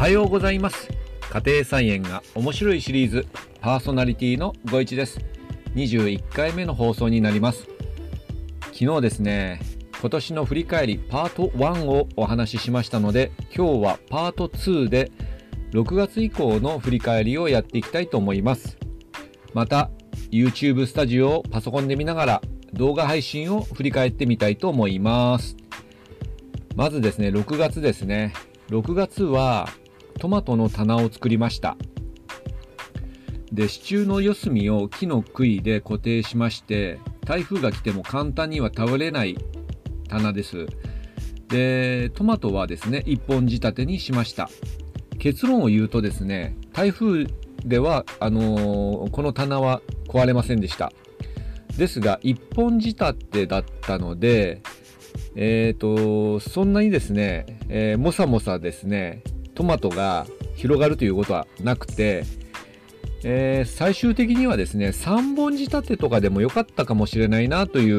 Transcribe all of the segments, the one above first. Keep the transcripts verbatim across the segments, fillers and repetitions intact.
はようございます。家庭菜園が面白いシリーズパーソナリティのごいちです。にじゅういっかいめの放送になります。昨日ですね、今年の振り返りパートワンをお話ししましたので、今日はパートツーでろくがつ以降の振り返りをやっていきたいと思います。また YouTube スタジオをパソコンで見ながら動画配信を振り返ってみたいと思います。まずですね、ろくがつですね。ろくがつはトマトの棚を作りました。で、支柱の四隅を木の杭で固定しまして、台風が来ても簡単には倒れない棚です。で、トマトはですね、一本仕立てにしました。結論を言うとですね、台風ではあのー、この棚は壊れませんでした。ですが、一本仕立てだったので、えーと、そんなにですね、えー、もさもさですね、トマトが広がるということはなくて、えー、最終的にはですね、さんぼん仕立てとかでも良かったかもしれないなという、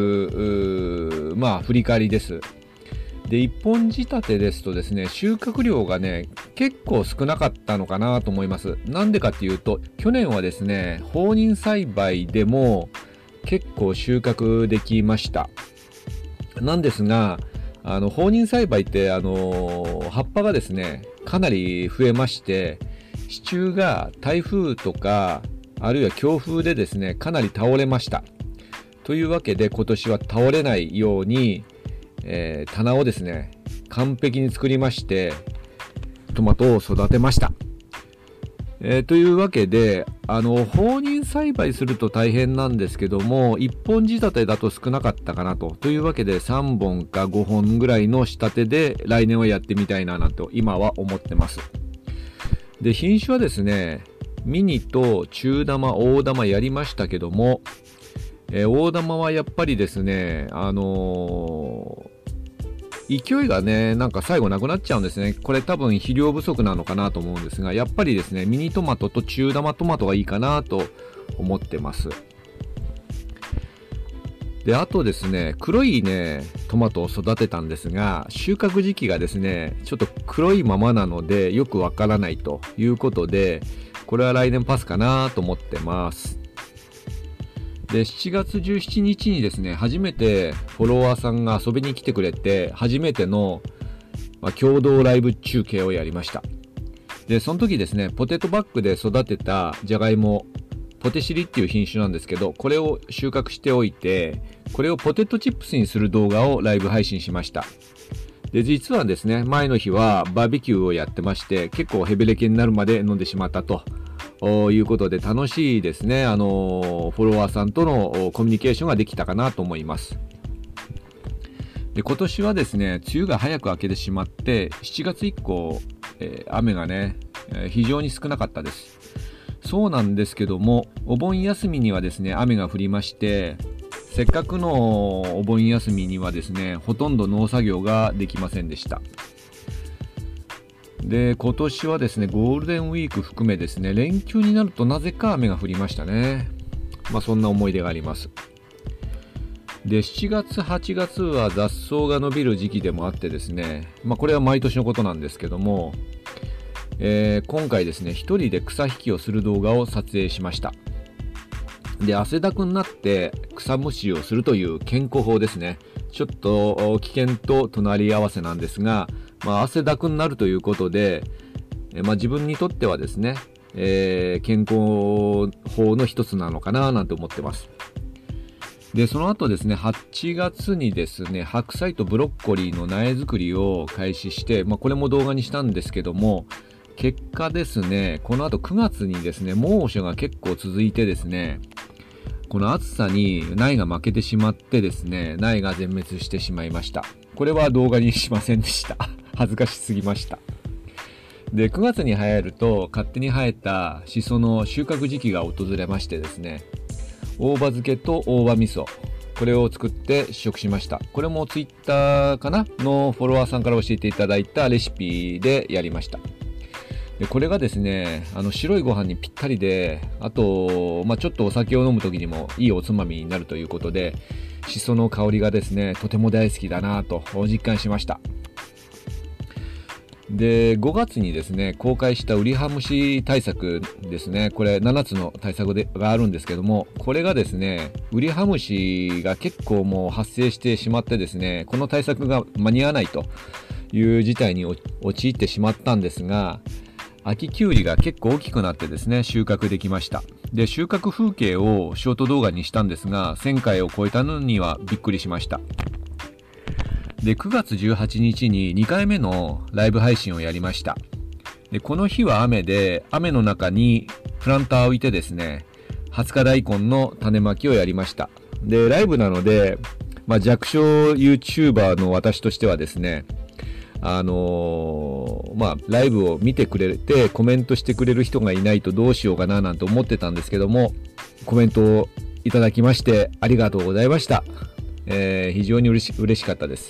うまあ振り返りです。で、いっぽん仕立てですとですね、収穫量がね、結構少なかったのかなと思います。なんでかっていうと、去年はですね、放任栽培でも結構収穫できました。なんですが、あの放任栽培ってあの葉っぱがですねかなり増えまして、支柱が台風とかあるいは強風でですねかなり倒れました。というわけで今年は倒れないように、えー、棚をですね完璧に作りましてトマトを育てました。えー、というわけで、あの放任栽培すると大変なんですけども、いっぽん仕立てだと少なかったかなと。というわけでさんぼんかごほんぐらいの仕立てで来年はやってみたいなと今は思ってます。で、品種はですね、ミニと中玉、大玉やりましたけども、えー、大玉はやっぱりですね、あのー勢いがね、なんか最後なくなっちゃうんですね。これ多分肥料不足なのかなと思うんですが、やっぱりですね、ミニトマトと中玉トマトがいいかなと思ってます。で、あとですね、黒いね、トマトを育てたんですが、収穫時期がですね、ちょっと黒いままなので、よくわからないということで、これは来年パスかなと思ってます。で、しちがつじゅうしちにちにですね、初めてフォロワーさんが遊びに来てくれて、初めての、まあ、共同ライブ中継をやりました。で、その時ですね、ポテトバッグで育てたじゃがいも、ポテシリっていう品種なんですけど、これを収穫しておいて、これをポテトチップスにする動画をライブ配信しました。で、実はですね、前の日はバーベキューをやってまして、結構ヘベレケになるまで飲んでしまったと。いうことで楽しいですね。あのフォロワーさんとのコミュニケーションができたかなと思います。で、今年はですね、梅雨が早く明けてしまってしちがつ以降、えー、雨がね、えー、非常に少なかったです。そうなんですけども、お盆休みにはですね雨が降りまして、せっかくのお盆休みにはですねほとんど農作業ができませんでした。で、今年はですね、ゴールデンウィーク含めですね、連休になるとなぜか雨が降りましたね。まあそんな思い出があります。で、しちがつ、はちがつは雑草が伸びる時期でもあってですね、まあこれは毎年のことなんですけども、えー、今回ですね、一人で草引きをする動画を撮影しました。で、汗だくになって草むしりをするという健康法ですね。ちょっと危険と隣り合わせなんですが、まあ、汗だくになるということで、まあ、自分にとってはですね、えー、健康法の一つなのかななんて思ってます。で、その後ですね、はちがつにですね、白菜とブロッコリーの苗作りを開始して、まあ、これも動画にしたんですけども、結果ですね、この後くがつにですね、猛暑が結構続いてですね、この暑さに苗が負けてしまってですね、苗が全滅してしまいました。これは動画にしませんでした。恥ずかしすぎました。で、くがつに入ると勝手に生えたシソの収穫時期が訪れましてですね、大葉漬けと大葉味噌、これを作って試食しました。これもツイッターかなのフォロワーさんから教えていただいたレシピでやりました。で、これがですね、あの白いご飯にぴったりで、あと、まあ、ちょっとお酒を飲む時にもいいおつまみになるということで、シソの香りがですね、とても大好きだなと実感しました。 で、ごがつにですね、公開したウリハムシ対策ですね。これななつの対策でがあるんですけども、これがですね、ウリハムシが結構もう発生してしまってですね、この対策が間に合わないという事態に陥ってしまったんですが、秋きゅうりが結構大きくなってですね、収穫できました。で、収穫風景をショート動画にしたんですが、せんかいを超えたのにはびっくりしました。で、くがつじゅうはちにちににかいめのライブ配信をやりました。で、この日は雨で、雨の中にプランターを置いてですね、はつか大根の種まきをやりました。で、ライブなので、まあ、弱小 YouTuber の私としてはですね、あのー、まあ、ライブを見てくれてコメントしてくれる人がいないとどうしようかななんて思ってたんですけども、コメントをいただきましてありがとうございました。えー、非常に嬉し、嬉しかったです。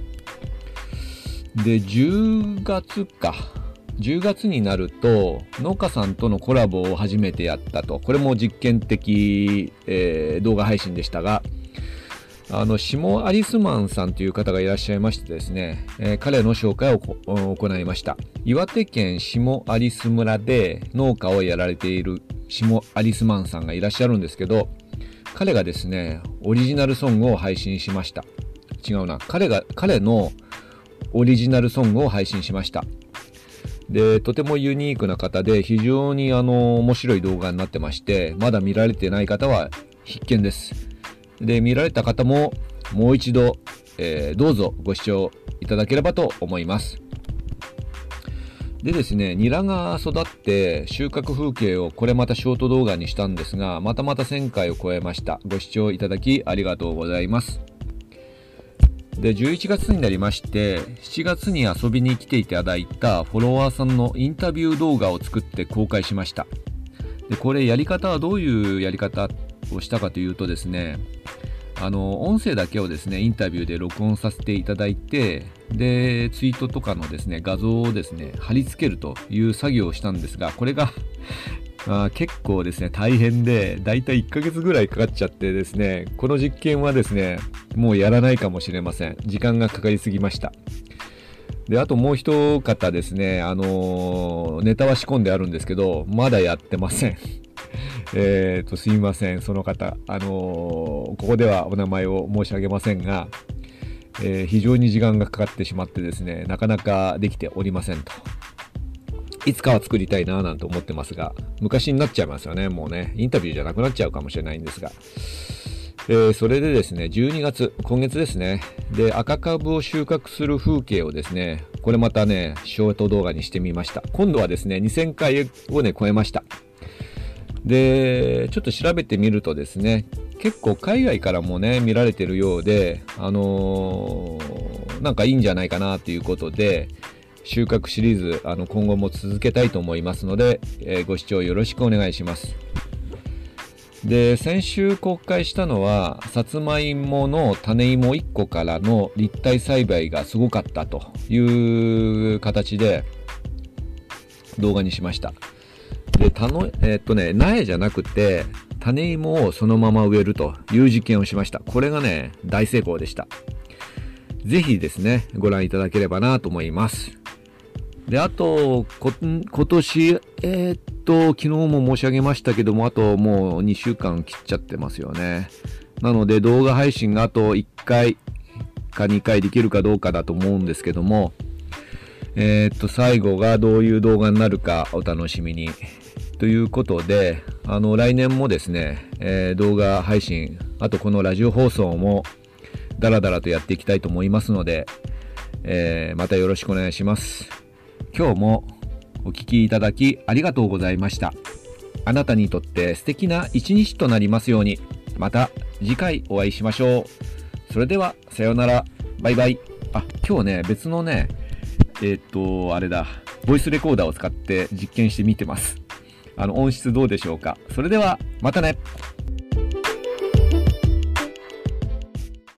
で、じゅうがつか。じゅうがつになると、農家さんとのコラボを初めてやったと。これも実験的、えー、動画配信でしたが、あの、シモ・アリスマンさんという方がいらっしゃいましてですね、えー、彼の紹介を行いました。岩手県下アリス村で農家をやられているシモ・アリスマンさんがいらっしゃるんですけど、彼がですね、オリジナルソングを配信しました。違うな。彼が、彼のオリジナルソングを配信しました。で、とてもユニークな方で、非常にあの、面白い動画になってまして、まだ見られてない方は必見です。で、見られた方も、もう一度、えー、どうぞご視聴いただければと思います。でですね、ニラが育って収穫風景をこれまたショート動画にしたんですが、またまたせんかいを超えました。ご視聴いただきありがとうございます。で、じゅういちがつになりまして、しちがつに遊びに来ていただいたフォロワーさんのインタビュー動画を作って公開しました。で、これやり方はどういうやり方をしたかというとですね、あの、音声だけをですね、インタビューで録音させていただいて、で、ツイートとかのですね、画像をですね、貼り付けるという作業をしたんですが、これがあ結構ですね、大変で、だいたいいっかげつぐらいかかっちゃってですね、この実験はですね、もうやらないかもしれません。時間がかかりすぎました。で、あともう一方ですね、あのー、ネタは仕込んであるんですけど、まだやってません。えーと、すみません、その方。あのー、ここではお名前を申し上げませんが、えー、非常に時間がかかってしまってですね、なかなかできておりませんと。いつかは作りたいなぁなんて思ってますが、昔になっちゃいますよね、もうね。インタビューじゃなくなっちゃうかもしれないんですが。えー、それでですね、じゅうにがつ、今月ですね。で、赤かぶを収穫する風景をですね、これまたね、ショート動画にしてみました。今度はですね、にせんかいをね、超えました。で、ちょっと調べてみるとですね、結構海外からもね、見られてるようで、あのー、なんかいいんじゃないかなということで、収穫シリーズ、あの、今後も続けたいと思いますので、えー、ご視聴よろしくお願いします。で、先週公開したのは、さつまいもの種芋いっこからの立体栽培がすごかったという形で動画にしました。で、たの、えーっとね、苗じゃなくて、種芋をそのまま植えるという実験をしました。これがね、大成功でした。ぜひですね、ご覧いただければなと思います。で、あと、こ、今年、えー、っと、昨日も申し上げましたけども、あともうにしゅうかん切っちゃってますよね。なので、動画配信があといっかいかにかいできるかどうかだと思うんですけども、えー、っと、最後がどういう動画になるかお楽しみに。ということで、あの、来年もですね、えー、動画配信、あとこのラジオ放送も、だらだらとやっていきたいと思いますので、えー、またよろしくお願いします。今日もお聞きいただきありがとうございました。あなたにとって素敵な一日となりますように。また次回お会いしましょう。それではさようなら。バイバイ。あ、今日ね、別のね、えー、っと、あれだ、ボイスレコーダーを使って実験してみてます。あの、音質どうでしょうか。それではまたね。